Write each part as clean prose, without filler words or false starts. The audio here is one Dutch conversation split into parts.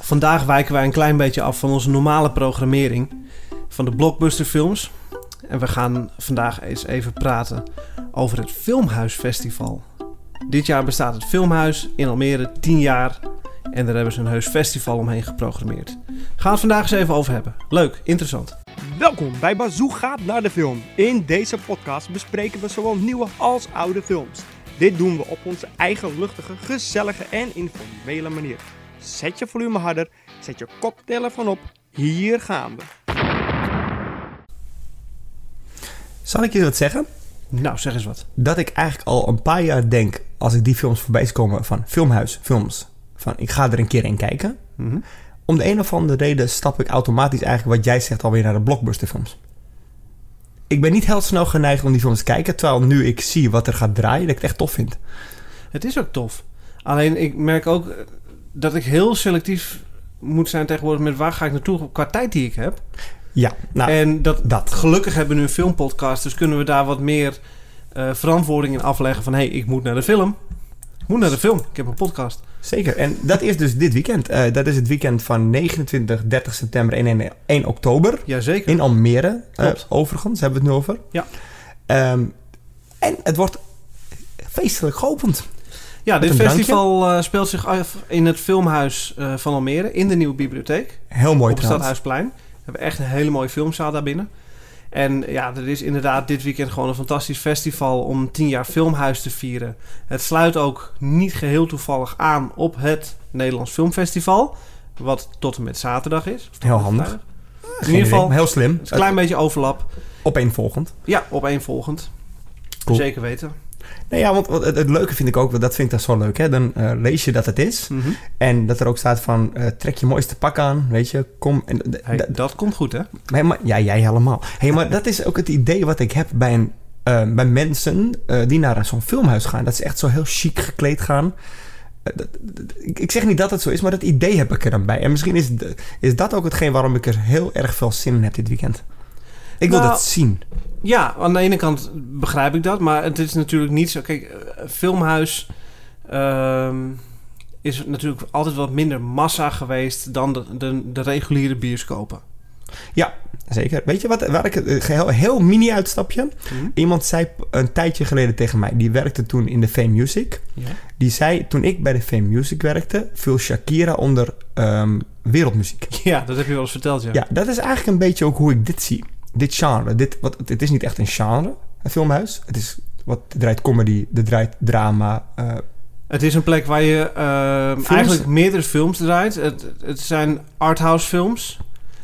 Vandaag wijken wij een klein beetje af van onze normale programmering van de blockbusterfilms. En we gaan vandaag eens even praten over het Filmhuisfestival. Dit jaar bestaat het Filmhuis in Almere 10 jaar en daar hebben ze een heus festival omheen geprogrammeerd. Gaan we het vandaag eens even over hebben. Leuk, interessant. Welkom bij Bazoo gaat naar de film. In deze podcast bespreken we zowel nieuwe als oude films. Dit doen we op onze eigen luchtige, gezellige en informele manier. Zet je volume harder, zet je koptelefoon op. Hier gaan we. Zal ik je wat zeggen? Nou, zeg eens wat. Dat ik eigenlijk al een paar jaar denk, als ik die films voorbij zie komen van Filmhuisfilms, van ik ga er een keer in kijken. Mm-hmm. Om de een of andere reden stap ik automatisch eigenlijk wat jij zegt alweer naar de blockbusterfilms. Ik ben niet heel snel geneigd om die films te kijken, terwijl nu ik zie wat er gaat draaien, dat ik het echt tof vind. Het is ook tof. Alleen ik merk ook dat ik heel selectief moet zijn tegenwoordig met waar ga ik naartoe qua tijd die ik heb. Ja, nou, en dat gelukkig hebben we nu een filmpodcast, dus kunnen we daar wat meer verantwoording in afleggen van ik moet naar de film. Ik moet naar de film. Ik heb een podcast. Zeker. En dat is dus dit weekend. Dat is het weekend van 29, 30 september en 1 oktober. Jazeker. In Almere. Overigens, hebben we het nu over. Ja. En het wordt feestelijk geopend. Ja, dit festival speelt zich af in het Filmhuis van Almere. In de nieuwe bibliotheek. Heel mooi op het Stadhuisplein. We hebben echt een hele mooie filmzaal daar binnen. En ja, er is inderdaad dit weekend gewoon een fantastisch festival om 10 jaar Filmhuis te vieren. Het sluit ook niet geheel toevallig aan op het Nederlands Filmfestival. Wat tot en met zaterdag is. Heel handig. In ieder geval, heel slim. Het is een klein beetje overlap. Opeenvolgend. Ja, opeenvolgend. Cool. Zeker weten. Nee, ja, want het leuke vind ik ook, dat vind ik zo leuk. Hè? Dan lees je dat het is. Mm-hmm. En dat er ook staat van, trek je mooiste pak aan, weet je, kom. En, dat komt goed, hè? Maar, ja, jij helemaal. Maar dat is ook het idee wat ik heb bij mensen die naar zo'n filmhuis gaan. Dat ze echt zo heel chic gekleed gaan. Ik zeg niet dat het zo is, maar dat idee heb ik er dan bij. En misschien is dat ook hetgeen waarom ik er heel erg veel zin in heb dit weekend. Ik wil dat zien. Ja, aan de ene kant begrijp ik dat, maar het is natuurlijk niet zo. Kijk, Filmhuis is natuurlijk altijd wat minder massa geweest dan de reguliere bioscopen. Ja, zeker. Weet je waar ik een heel mini uitstapje? Mm-hmm. Iemand zei een tijdje geleden tegen mij, die werkte toen in de Fame Music. Ja. Die zei, toen ik bij de Fame Music werkte, viel Shakira onder wereldmuziek. Ja, dat heb je wel eens verteld, ja. Ja, dat is eigenlijk een beetje ook hoe ik dit zie. Dit genre. Het is niet echt een genre, een filmhuis. Het draait comedy, het draait drama. Het is een plek waar je eigenlijk meerdere films draait. Het zijn arthouse films.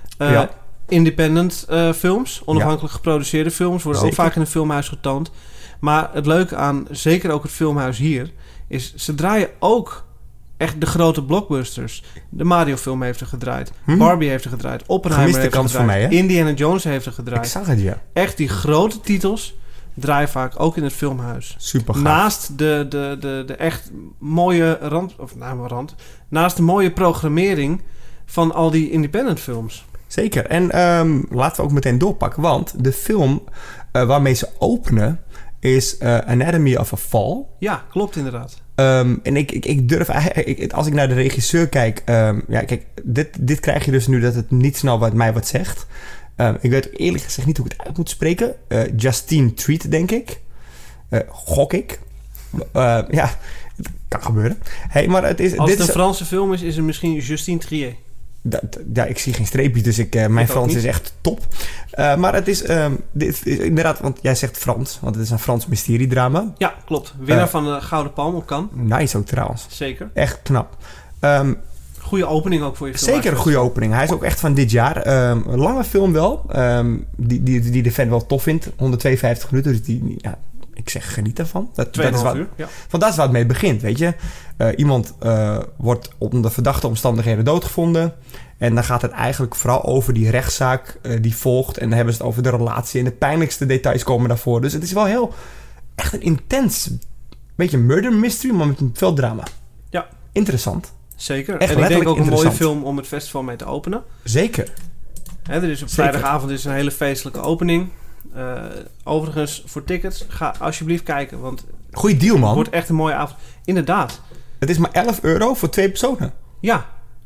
Independent films. Onafhankelijk geproduceerde films. Worden zeker ook vaak in een filmhuis getoond. Maar het leuke aan zeker ook het filmhuis hier is, ze draaien ook echt de grote blockbusters. De Mario film heeft er gedraaid. Barbie heeft er gedraaid. Oppenheimer heeft er gedraaid. Voor mij, hè? Indiana Jones heeft er gedraaid. Ik zag het, ja. Echt die grote titels draaien vaak ook in het filmhuis. Super gaaf. Naast de echt mooie naast de mooie programmering van al die independent films. Zeker. En laten we ook meteen doorpakken. Want de film waarmee ze openen is Anatomy of a Fall. Ja, klopt inderdaad. En ik durf eigenlijk, als ik naar de regisseur kijk, kijk, dit krijg je dus nu dat het niet snel mij wat zegt. Ik weet eerlijk gezegd niet hoe ik het uit moet spreken. Justine Triet, denk ik. Gok ik. Ja, het kan gebeuren. Hey, maar het is, als dit het een Franse film is het misschien Justine Triet. Ja, ik zie geen streepjes, dus mijn Frans is echt top. Maar het is, dit is inderdaad, want jij zegt Frans, want het is een Frans mysteriedrama. Ja, klopt. Winnaar van de Gouden Palm op Cannes. Nice ook trouwens. Zeker. Echt knap. Goede opening ook voor je film. Zeker een goede opening. Hij is ook echt van dit jaar. Een lange film wel, die de fan wel tof vindt. 152 minuten, dus ik zeg geniet ervan. Dat is uur, ja. Want dat is waar het mee begint, weet je. Iemand wordt onder verdachte omstandigheden doodgevonden. En dan gaat het eigenlijk vooral over die rechtszaak die volgt. En dan hebben ze het over de relatie. En de pijnlijkste details komen daarvoor. Dus het is wel echt een intens, beetje murder mystery, maar met een veel drama. Ja. Interessant. Zeker. Echt en ik denk ook een mooie film om het festival mee te openen. Zeker. Er is op vrijdagavond een hele feestelijke opening. Overigens, voor tickets, ga alsjeblieft kijken. Want goeie deal, man. Het wordt echt een mooie avond. Inderdaad. Het is maar €11 voor 2 personen. Ja.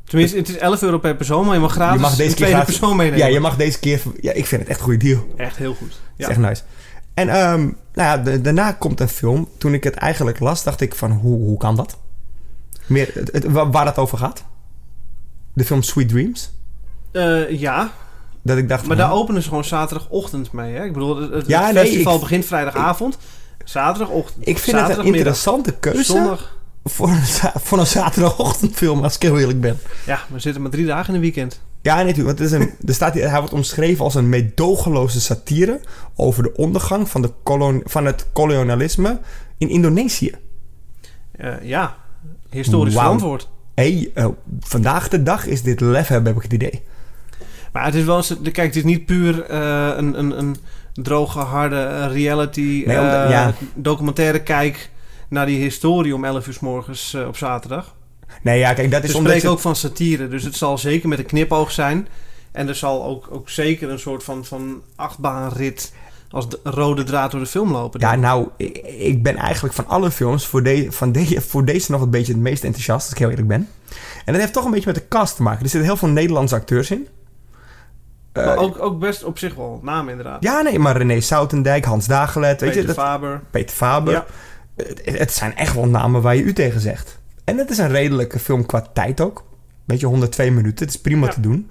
Tenminste, het is €11 per persoon, maar je mag gratis een tweede persoon meenemen. Ja, je mag deze keer... Ja, ik vind het echt een goede deal. Echt heel goed. Ja. Is echt nice. En daarna komt een film. Toen ik het eigenlijk las, dacht ik van... Hoe kan dat? Waar dat over gaat? De film Sweet Dreams? Ja. Dat ik dacht maar daar openen ze gewoon zaterdagochtend mee. Hè? Ik bedoel, het festival begint vrijdagavond. Zaterdagochtend. Ik vind het een interessante keuze. Zondag. Voor een zaterdagochtendfilm, als ik heel eerlijk ben. Ja, we zitten maar 3 dagen in een weekend. Ja, natuurlijk. Want hij wordt omschreven als een meedogenloze satire... over de ondergang van het kolonialisme in Indonesië. Ja, historisch verantwoord. Vandaag de dag is dit lef hebben, heb ik het idee. Maar het is wel... Kijk, het is niet puur een droge, harde reality... documentaire kijk naar die historie om 11 uur 's morgens op zaterdag. Nee, ja, kijk, dat is... We spreken ook van satire, dus het zal zeker met een knipoog zijn. En er zal ook zeker een soort van achtbaanrit... als de rode draad door de film lopen. Ja, nou, ik ben eigenlijk van alle films... voor deze nog een beetje het meest enthousiast... als ik heel eerlijk ben. En dat heeft toch een beetje met de cast te maken. Er zitten heel veel Nederlandse acteurs in. Maar ook best op zich wel namen inderdaad. Ja, nee, maar René Soutendijk, Hans Dagelet... Peter Faber. Ja. Het zijn echt wel namen waar je u tegen zegt. En het is een redelijke film qua tijd ook. Weet je, 102 minuten. Het is prima te doen.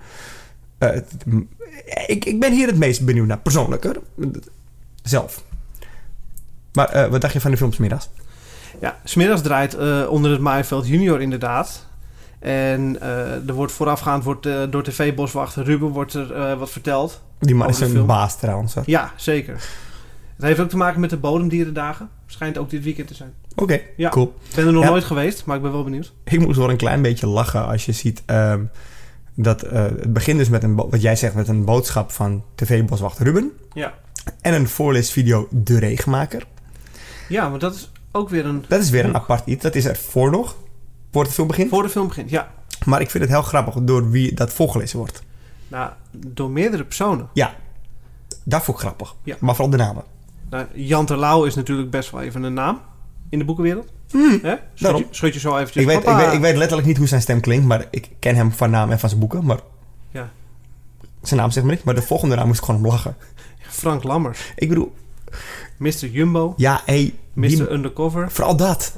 Ik ben hier het meest benieuwd naar, persoonlijk. Zelf. Maar wat dacht je van de film 's middags? Ja, 's middags draait onder het maaiveld junior inderdaad. En er wordt voorafgaand door tv-boswachter Ruben wordt er wat verteld. Die man is een baas trouwens. Hè? Ja, zeker. Het heeft ook te maken met de bodemdierendagen. Schijnt ook dit weekend te zijn. Oké, ja. Cool. Ik ben er nog nooit geweest, maar ik ben wel benieuwd. Ik moest wel een klein beetje lachen als je ziet dat het begint dus met wat jij zegt, met een boodschap van tv-boswachter Ruben. Ja. En een voorleesvideo De Regenmaker. Ja, maar dat is ook weer een... Dat is weer een apart iets. Dat is er voor nog. Voor de film begint. Voor de film begint, ja. Maar ik vind het heel grappig door wie dat voorgelezen wordt. Nou, door meerdere personen. Ja, dat vond ik grappig. Ja. Maar vooral de namen. Nou, Jan Terlouw is natuurlijk best wel even een naam in de boekenwereld. Schud je zo eventjes. Ik weet letterlijk niet hoe zijn stem klinkt, maar ik ken hem van naam en van zijn boeken. Maar ja. Zijn naam zegt me niet, maar de volgende naam moest ik gewoon om lachen. Frank Lammers. Ik bedoel... Mr. Jumbo. Ja, Mr. Undercover. Vooral dat.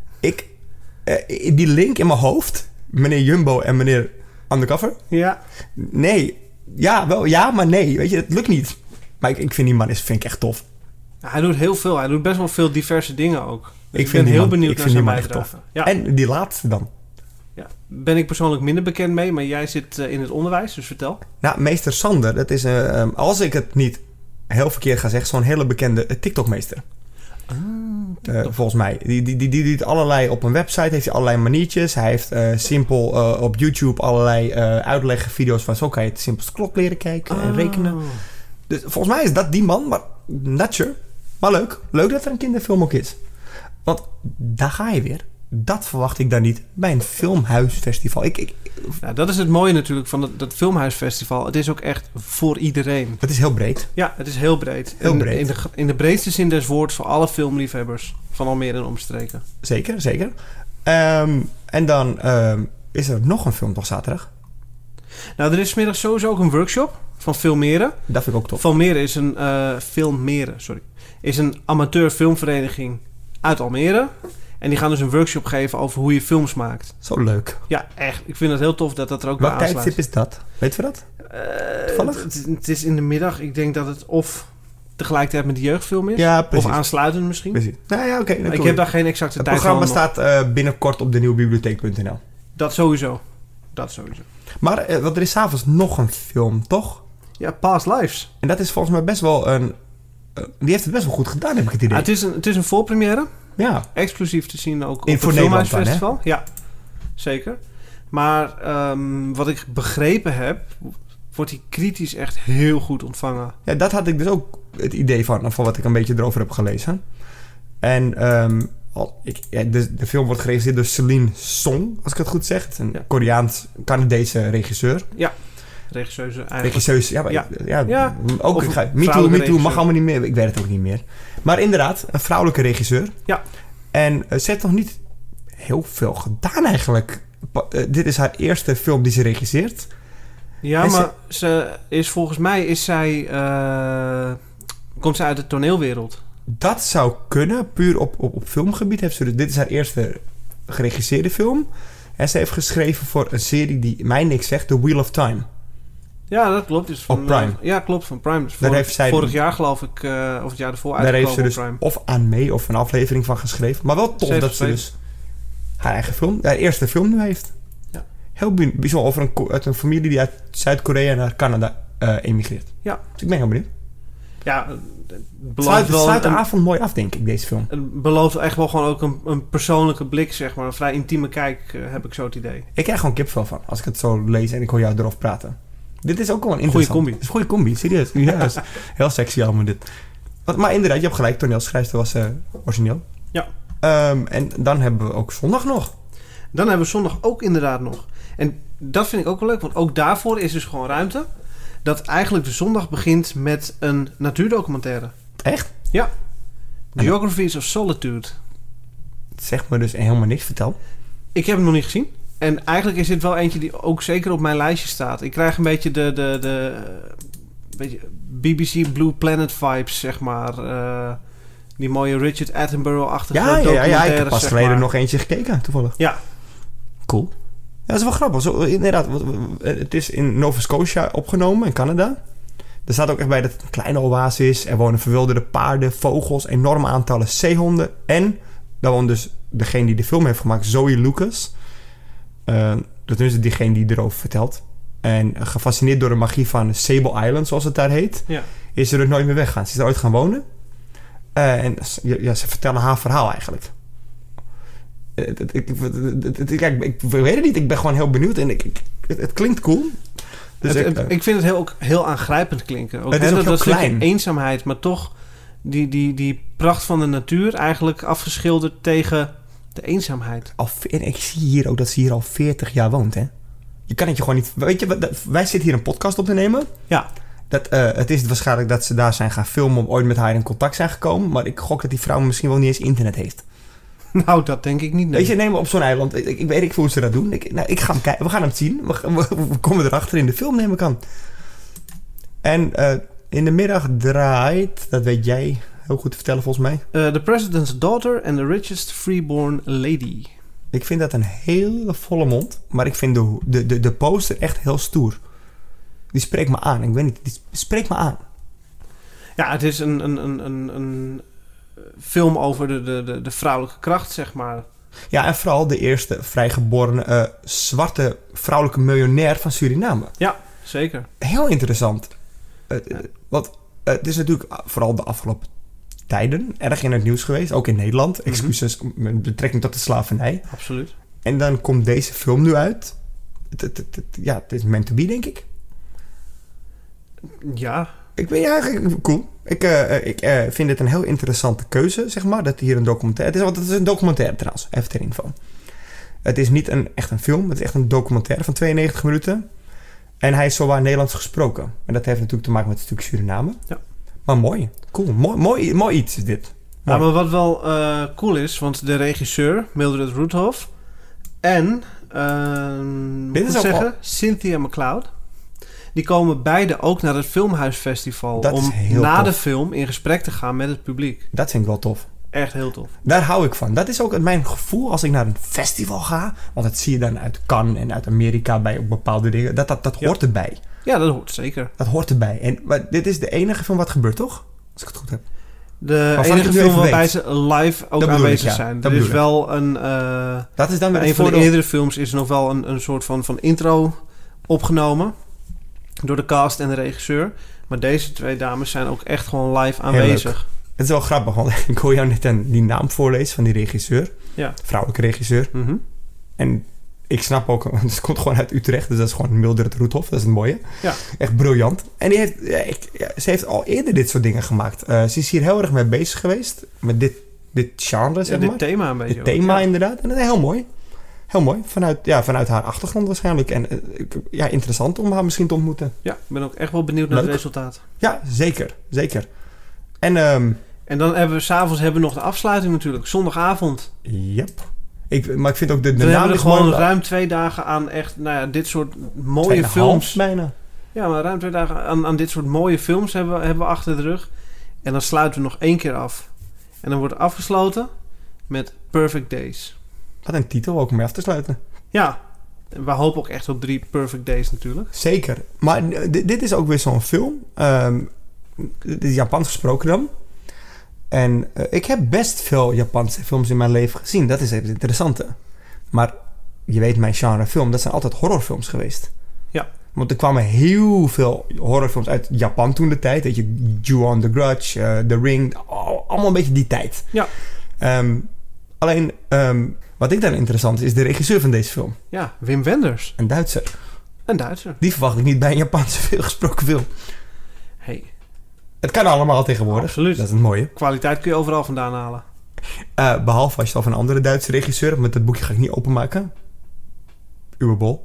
Die link in mijn hoofd, meneer Jumbo en meneer Undercover. Ja. Nee. Ja, wel. Ja, maar nee. Weet je, het lukt niet. Maar ik vind die man vind ik echt tof. Ja, hij doet heel veel. Hij doet best wel veel diverse dingen ook. Dus ik ben heel benieuwd naar zijn bijdrage. Tof. Ja. En die laatste dan? Ja. Ben ik persoonlijk minder bekend mee, maar jij zit in het onderwijs, dus vertel. Nou, meester Sander, dat is, als ik het niet heel verkeerd ga zeggen, zo'n hele bekende TikTok-meester. Volgens mij. Die doet allerlei op een website, heeft hij allerlei maniertjes. Hij heeft simpel op YouTube allerlei uitlegvideo's van zo kan je het simpelst klok leren kijken en rekenen. Dus volgens mij is dat die man, maar not sure. Maar leuk. Leuk dat er een kinderfilm ook is. Want daar ga je weer. Dat verwacht ik dan niet bij een filmhuisfestival. Ja, dat is het mooie natuurlijk van dat filmhuisfestival. Het is ook echt voor iedereen. Het is heel breed. Ja, het is heel breed. In de breedste zin des woords voor alle filmliefhebbers van Almere en omstreken. Zeker, zeker. En dan is er nog een film toch zaterdag? Nou, er is 's middags sowieso ook een workshop van Filmeren. Dat vind ik ook tof. Filmeren is een amateur filmvereniging uit Almere. En die gaan dus een workshop geven over hoe je films maakt. Zo leuk. Ja, echt. Ik vind het heel tof dat dat er ook bij aansluit. Wat tijdstip is dat? Weet je dat? Toevallig? Het is in de middag. Ik denk dat het of tegelijkertijd met de jeugdfilm is. Ja, precies. Of aansluitend misschien. Precies. Nou ja, oké. Ik heb daar geen exacte tijd van. Het programma staat binnenkort op de nieuwbibliotheek.nl. Dat sowieso. Maar er is 's avonds nog een film, toch? Ja, Past Lives. En dat is volgens mij best wel een... die heeft het best wel goed gedaan, heb ik het idee. Het is een voorpremière. Ja. Exclusief te zien ook op het Filmhuisfestival. Ja, zeker. Maar wat ik begrepen heb, wordt die kritisch echt heel goed ontvangen. Ja, dat had ik dus ook het idee van wat ik een beetje erover heb gelezen. En de film wordt geregisseerd door Celine Song, als ik het goed zeg. Het is een Koreaans-Canadese regisseur. Ja, regisseuse eigenlijk. Regisseuse, ja. Ook MeToo mag allemaal niet meer. Ik weet het ook niet meer. Maar inderdaad, een vrouwelijke regisseur. Ja. En ze heeft nog niet heel veel gedaan eigenlijk dit is haar eerste film die ze regisseert. Ja, en maar volgens mij komt ze uit de toneelwereld. Dat zou kunnen, puur op filmgebied. Dit is haar eerste geregisseerde film. En ze heeft geschreven voor een serie die mij niks zegt, The Wheel of Time. Ja, dat klopt. Dus op Prime. Ja, klopt, van Prime. Dus vorig jaar geloof ik, of het jaar ervoor uitgekomen. Daar heeft ze dus Prime. of aan mee of een aflevering van geschreven. Maar wel tof dat ze dus haar eigen film, haar eerste film nu heeft. Ja. Heel bijzonder over uit een familie die uit Zuid-Korea naar Canada emigreert. Ja. Dus ik ben heel benieuwd. Ja, het sluit de avond mooi af, denk ik, deze film. Het belooft echt wel gewoon ook een persoonlijke blik, zeg maar. Een vrij intieme kijk, heb ik zo het idee. Ik krijg gewoon kipvel van, als ik het zo lees en ik hoor jou erover praten. Dit is ook wel een interessant. Goeie combi. Het is een goede combi, serieus. Ja, is heel sexy allemaal dit. Maar inderdaad, je hebt gelijk, toneelschrijfster was origineel. Ja. En dan hebben we ook zondag nog. Dan hebben we zondag ook inderdaad nog. En dat vind ik ook wel leuk, want ook daarvoor is dus gewoon ruimte. Dat eigenlijk de zondag begint met een natuurdocumentaire. Echt? Ja. Geographies of Solitude. Zeg me dus helemaal niks, vertel. Ik heb hem nog niet gezien. En eigenlijk is dit wel eentje die ook zeker op mijn lijstje staat. Ik krijg een beetje de BBC Blue Planet vibes, zeg maar. Die mooie Richard Attenborough-achtige documentaires. Ja, ik heb pas geleden nog eentje gekeken, toevallig. Ja. Cool. Ja, dat is wel grappig. Zo, inderdaad, het is in Nova Scotia opgenomen, in Canada. Er staat ook echt bij dat het een kleine oasis. Er wonen verwilderde paarden, vogels, enorme aantallen zeehonden. En daar woont dus degene die de film heeft gemaakt, Zoe Lucas. Dat is diegene die erover vertelt. En gefascineerd door de magie van Sable Island, zoals het daar heet, is ze er nooit meer weggaan. Ze is er ooit gaan wonen. En ze vertellen haar verhaal eigenlijk. Ik weet het niet. Ik ben gewoon heel benieuwd. En het klinkt cool. Dus ik vind het ook heel aangrijpend klinken. Ook, het is ook heel klein. Eenzaamheid, maar toch die pracht van de natuur eigenlijk afgeschilderd tegen de eenzaamheid. En ik zie hier ook dat ze hier al 40 jaar woont, hè? Je kan het je gewoon niet... Weet je, wij zitten hier een podcast op te nemen. Ja. Het is waarschijnlijk dat ze daar zijn gaan filmen om ooit met haar in contact zijn gekomen. Maar ik gok dat die vrouw misschien wel niet eens internet heeft. Nou, dat denk ik niet. Nee. Weet je, nemen we op zo'n eiland. Ik weet niet hoe ze dat doen. Ik ga hem kijken. We gaan het zien. We komen erachter in de film, neem ik aan. En in de middag draait, dat weet jij heel goed te vertellen volgens mij. The President's Daughter and the Richest Freeborn Lady. Ik vind dat een hele volle mond. Maar ik vind de poster echt heel stoer. Die spreekt me aan. Ik weet niet, die spreekt me aan. Ja, het is een film over de vrouwelijke kracht, zeg maar. Ja, en vooral de eerste vrijgeboren zwarte vrouwelijke miljonair van Suriname. Ja, zeker. Heel interessant. Want het is natuurlijk vooral de afgelopen tijden erg in het nieuws geweest. Ook in Nederland. Excuses met betrekking tot de slavernij. Absoluut. En dan komt deze film nu uit. Het is meant to be, denk ik. Ja. Ik ben eigenlijk cool. Ik vind het een heel interessante keuze, zeg maar. Dat hier een documentaire... Het is een documentaire trouwens. Even ter info. Het is niet echt een film. Het is echt een documentaire van 92 minuten. En hij is zowaar Nederlands gesproken. En dat heeft natuurlijk te maken met het stuk Suriname. Ja. Maar mooi. Cool. Mooi iets is dit. Ja, maar wat wel cool is... Want de regisseur, Mildred Roothoff... En... dit is ook Cynthia McLeod... Die komen beide ook naar het Filmhuisfestival... om na tof. De film in gesprek te gaan met het publiek. Dat vind ik wel tof. Echt heel tof. Daar hou ik van. Dat is ook mijn gevoel als ik naar een festival ga. Want dat zie je dan uit Cannes en uit Amerika bij bepaalde dingen. Dat hoort erbij. Ja, dat hoort zeker. Dat hoort erbij. Maar dit is de enige film wat gebeurt, toch? Als ik het goed heb. De enige film waarbij ze live ook aanwezig zijn. Er is wel een... dat is dan weer een van de eerdere films is nog wel een soort van intro opgenomen... door de cast en de regisseur. Maar deze twee dames zijn ook echt gewoon live aanwezig. Het is wel grappig, want ik hoor jou net die naam voorlezen van die regisseur. Ja. Vrouwelijke regisseur. Mm-hmm. En ik snap ook, het komt gewoon uit Utrecht, dus dat is gewoon Mildred Roothoff, dat is het mooie. Ja. Echt briljant. En ze heeft al eerder dit soort dingen gemaakt. Ze is hier heel erg mee bezig geweest, met dit genre, zeg maar. Dit thema een beetje. Dit thema inderdaad. En dat is heel mooi. Heel mooi. Vanuit haar achtergrond waarschijnlijk. En interessant om haar misschien te ontmoeten. Ja, ik ben ook echt wel benieuwd naar het resultaat. Ja, zeker. En dan hebben we 's avonds nog de afsluiting natuurlijk. Zondagavond. Yep. Maar ik vind ook de naam... We hebben gewoon ruim 2 dagen aan echt, dit soort mooie films. Bijna. Ja, maar ruim 2 dagen aan dit soort mooie films hebben we achter de rug. En dan sluiten we nog 1 keer af. En dan wordt afgesloten met Perfect Days. Wat een titel ook om mee af te sluiten. Ja, we hopen ook echt op 3 Perfect Days natuurlijk. Zeker. Maar dit is ook weer zo'n film. Dit is Japans gesproken dan. En ik heb best veel Japanse films in mijn leven gezien. Dat is het interessante. Maar je weet mijn genre film, dat zijn altijd horrorfilms geweest. Ja. Want er kwamen heel veel horrorfilms uit Japan toen de tijd. Weet je, Ju-on, The Grudge, The Ring. Allemaal een beetje die tijd. Ja. Alleen, wat ik dan interessant is de regisseur van deze film. Ja, Wim Wenders. Een Duitser. Die verwacht ik niet bij een Japanse veelgesproken film. Hey. Het kan allemaal tegenwoordig. Absoluut. Dat is het mooie. Kwaliteit kun je overal vandaan halen. Behalve als je het over een andere Duitse regisseur... Met dat boekje ga ik niet openmaken. Uwe Bol.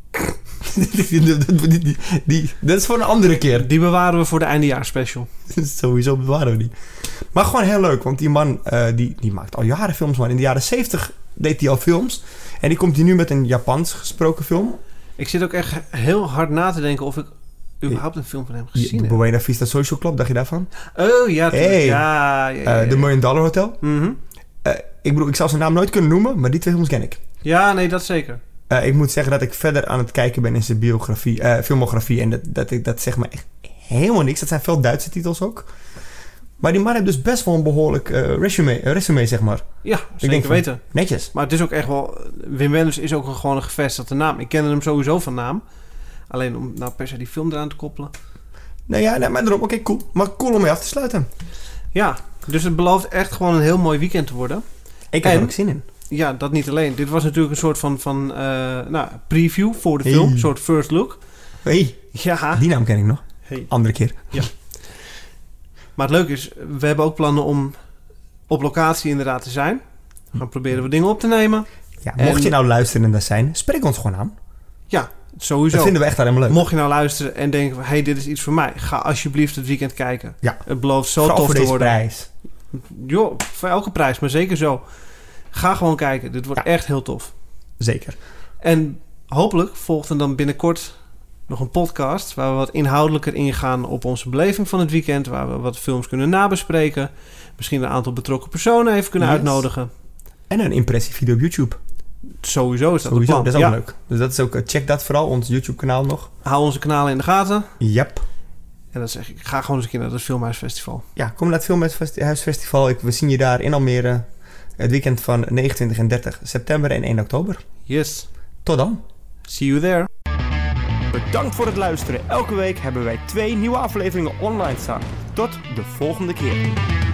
Dat is voor een andere keer. Die bewaren we voor de eindejaarsspecial. Sowieso bewaren we die. Maar gewoon heel leuk. Want die man die maakt al jaren films. Maar in de jaren 70 deed hij al films. En die komt hier nu met een Japans gesproken film. Ik zit ook echt heel hard na te denken... of ik überhaupt een film van hem gezien heb. Buena Vista Social Club, dacht je daarvan? Oh, ja. Hey. Ja. The $1 Million Hotel. Mm-hmm. Ik bedoel, ik zou zijn naam nooit kunnen noemen, maar die 2 films ken ik. Ja, nee, dat zeker. Ik moet zeggen dat ik verder aan het kijken ben in zijn filmografie. En dat zegt me echt helemaal niks. Dat zijn veel Duitse titels ook. Maar die man heeft dus best wel een behoorlijk resume, zeg maar. Ja, zeker weten. Netjes. Maar het is ook echt wel... Wim Wenders is ook gewoon een gevestigde naam. Ik kende hem sowieso van naam. Alleen om nou per se die film eraan te koppelen. Nou ja, maar daarom. Oké, cool. Maar cool om mee af te sluiten. Ja, dus het belooft echt gewoon een heel mooi weekend te worden. Ik heb er ook zin in. Ja, dat niet alleen. Dit was natuurlijk een soort van preview voor de film. Een soort first look. Hey, ja. Die naam ken ik nog. Hey. Andere keer. Ja. Maar het leuke is, we hebben ook plannen om op locatie inderdaad te zijn. We gaan proberen wat dingen op te nemen. Ja, mocht je nou luisteren en daar zijn, spreek ons gewoon aan. Ja, sowieso. Dat vinden we echt helemaal leuk. Mocht je nou luisteren en denken van... hey, dit is iets voor mij. Ga alsjeblieft het weekend kijken. Ja. Het belooft zo vooral tof voor te deze worden. Prijs. Jo, voor elke prijs, maar zeker zo. Ga gewoon kijken. Dit wordt echt heel tof. Zeker. En hopelijk volgt er dan binnenkort nog een podcast... waar we wat inhoudelijker ingaan op onze beleving van het weekend... waar we wat films kunnen nabespreken. Misschien een aantal betrokken personen even kunnen uitnodigen. En een impressievideo op YouTube. Sowieso is dat het plan. Dat is ook leuk. Dus dat is ook, check dat vooral, ons YouTube-kanaal nog. Hou onze kanalen in de gaten. Yep. En dan zeg ik, ga gewoon eens een keer naar het Filmhuisfestival. Ja, kom naar het Filmhuisfestival. We zien je daar in Almere het weekend van 29 en 30 september en 1 oktober. Yes. Tot dan. See you there. Bedankt voor het luisteren. Elke week hebben wij 2 nieuwe afleveringen online staan. Tot de volgende keer.